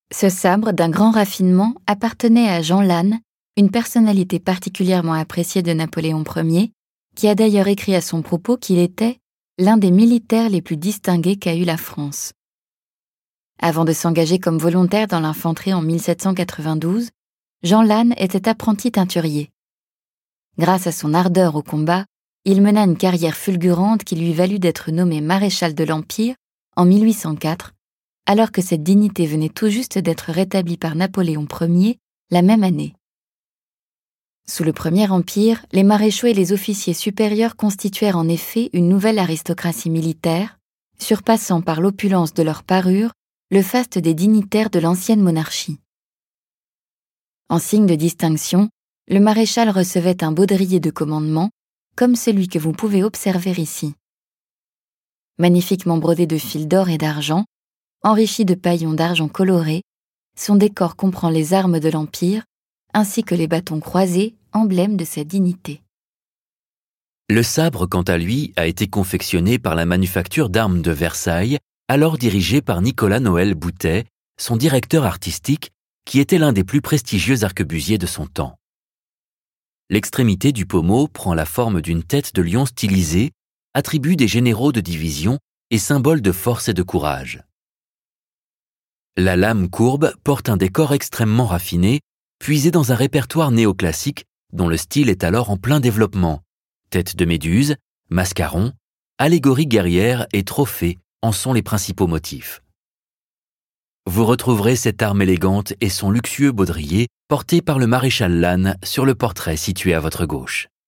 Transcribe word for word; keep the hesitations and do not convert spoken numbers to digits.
Ce sabre d'un grand raffinement appartenait à Jean Lannes, une personnalité particulièrement appréciée de Napoléon Ier, qui a d'ailleurs écrit à son propos qu'il était l'un des militaires les plus distingués qu'a eu la France. Avant de s'engager comme volontaire dans l'infanterie en mille sept cent quatre-vingt-douze, Jean Lannes était apprenti teinturier. Grâce à son ardeur au combat, il mena une carrière fulgurante qui lui valut d'être nommé maréchal de l'Empire en mille huit cent quatre, alors que cette dignité venait tout juste d'être rétablie par Napoléon Ier la même année. Sous le Premier Empire, les maréchaux et les officiers supérieurs constituèrent en effet une nouvelle aristocratie militaire, surpassant par l'opulence de leur parure le faste des dignitaires de l'ancienne monarchie. En signe de distinction, le maréchal recevait un baudrier de commandement, comme celui que vous pouvez observer ici. Magnifiquement brodé de fils d'or et d'argent, enrichi de paillons d'argent colorés, son décor comprend les armes de l'Empire, ainsi que les bâtons croisés, emblème de sa dignité. Le sabre, quant à lui, a été confectionné par la manufacture d'armes de Versailles, alors dirigée par Nicolas Noël Boutet, son directeur artistique, qui était l'un des plus prestigieux arquebusiers de son temps. L'extrémité du pommeau prend la forme d'une tête de lion stylisée, attribut des généraux de division et symbole de force et de courage. La lame courbe porte un décor extrêmement raffiné, puisé dans un répertoire néoclassique dont le style est alors en plein développement. Tête de méduse, mascaron, allégorie guerrière et trophée en sont les principaux motifs. Vous retrouverez cette arme élégante et son luxueux baudrier porté par le maréchal Lannes sur le portrait situé à votre gauche.